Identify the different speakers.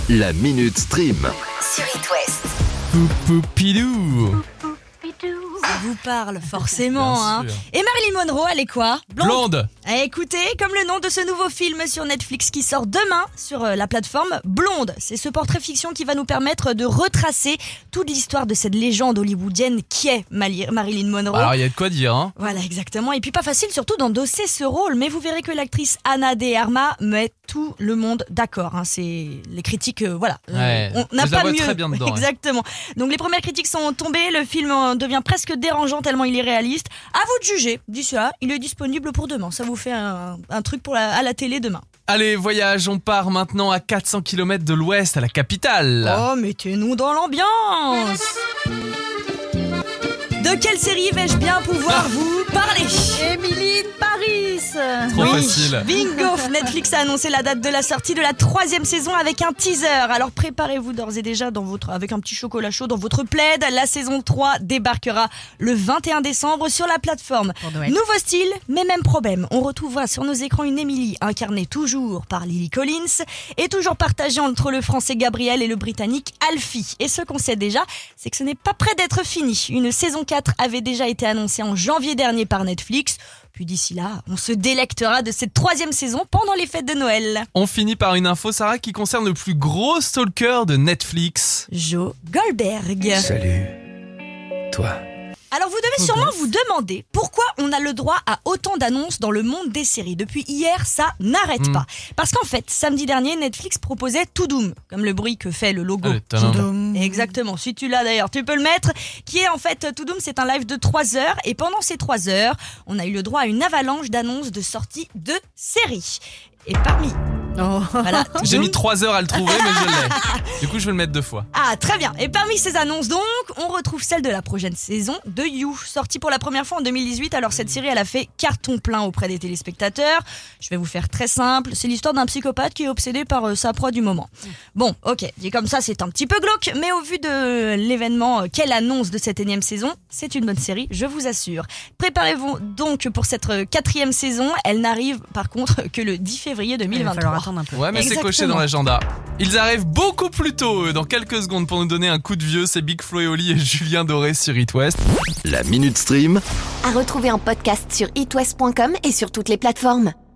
Speaker 1: La Minute Stream.
Speaker 2: Sur It West.
Speaker 3: Poupidou.
Speaker 4: Ça vous parle forcément,
Speaker 3: Bien
Speaker 4: hein.
Speaker 3: sûr.
Speaker 4: Et Marilyn Monroe, elle est quoi?
Speaker 3: Blonde.
Speaker 4: Écoutez, comme le nom de ce nouveau film sur Netflix qui sort demain sur la plateforme Blonde. C'est ce portrait fiction qui va nous permettre de retracer toute l'histoire de cette légende hollywoodienne qui est Marilyn Monroe.
Speaker 3: Alors il y a de quoi dire, hein.
Speaker 4: Voilà, exactement. Et puis pas facile surtout d'endosser ce rôle, mais vous verrez que l'actrice Ana de Armas met tout le monde d'accord, hein. C'est les critiques, voilà.
Speaker 3: Ouais,
Speaker 4: On n'a
Speaker 3: je la
Speaker 4: pas
Speaker 3: vois
Speaker 4: mieux.
Speaker 3: très bien dedans, ouais.
Speaker 4: Exactement. Donc les premières critiques sont tombées, le film devient presque dérangeant tellement il est réaliste. À vous de juger. D'ici là, il est disponible pour demain. Ça vous fait un truc à la télé demain.
Speaker 3: Allez, voyage, on part maintenant à 400 km de l'ouest, à la capitale.
Speaker 4: Oh, mettez-nous dans l'ambiance. De quelle série vais-je bien pouvoir vous parler? Emily de Paris.
Speaker 3: Trop facile.
Speaker 4: Bingo. Netflix a annoncé la date de la sortie de la 3e saison avec un teaser. Alors préparez-vous d'ores et déjà avec un petit chocolat chaud dans votre plaid. La saison 3 débarquera le 21 décembre sur la plateforme. Nouveau style, mais même problème. On retrouvera sur nos écrans une Emily incarnée toujours par Lily Collins et toujours partagée entre le français Gabriel et le britannique Alfie. Et ce qu'on sait déjà, c'est que ce n'est pas près d'être fini. Une saison 4 avait déjà été annoncée en janvier dernier par Netflix. Puis d'ici là, on se délectera de cette 3e saison pendant les fêtes de Noël.
Speaker 3: On finit par une info, Sarah, qui concerne le plus gros stalker de Netflix.
Speaker 4: Joe Goldberg.
Speaker 1: Salut, toi.
Speaker 4: Alors vous devez sûrement vous demander pourquoi on a le droit à autant d'annonces dans le monde des séries. Depuis hier, ça n'arrête pas. Parce qu'en fait, samedi dernier, Netflix proposait Tudum, comme le bruit que fait le logo. Tudum. Exactement, si tu l'as d'ailleurs, tu peux le mettre. Qui est en fait, Tudum, c'est un live de 3 heures. Et pendant ces 3 heures, on a eu le droit à une avalanche d'annonces de sortie de séries. Et parmi... Voilà,
Speaker 3: J'ai mis 3 heures à le trouver, mais je l'ai. Du coup, je vais le mettre 2 fois.
Speaker 4: Ah, très bien. Et parmi ces annonces, donc, on retrouve celle de la prochaine saison de You, sortie pour la première fois en 2018. Alors, cette série, elle a fait carton plein auprès des téléspectateurs. Je vais vous faire très simple. C'est l'histoire d'un psychopathe qui est obsédé par sa proie du moment. Bon, ok, dit comme ça, c'est un petit peu glauque, mais au vu de l'événement qu'elle annonce de cette 1e saison, c'est une bonne série, je vous assure. Préparez-vous donc pour cette 4e saison. Elle n'arrive, par contre, que le 10 février 2023.
Speaker 3: Ouais, mais c'est
Speaker 4: Exactement.
Speaker 3: coché dans l'agenda. Ils arrivent beaucoup plus tôt, eux, dans quelques secondes, pour nous donner un coup de vieux. C'est Big Flo et Oli et Julien Doré sur It West.
Speaker 1: La Minute Stream.
Speaker 2: À retrouver en podcast sur itwest.com et sur toutes les plateformes.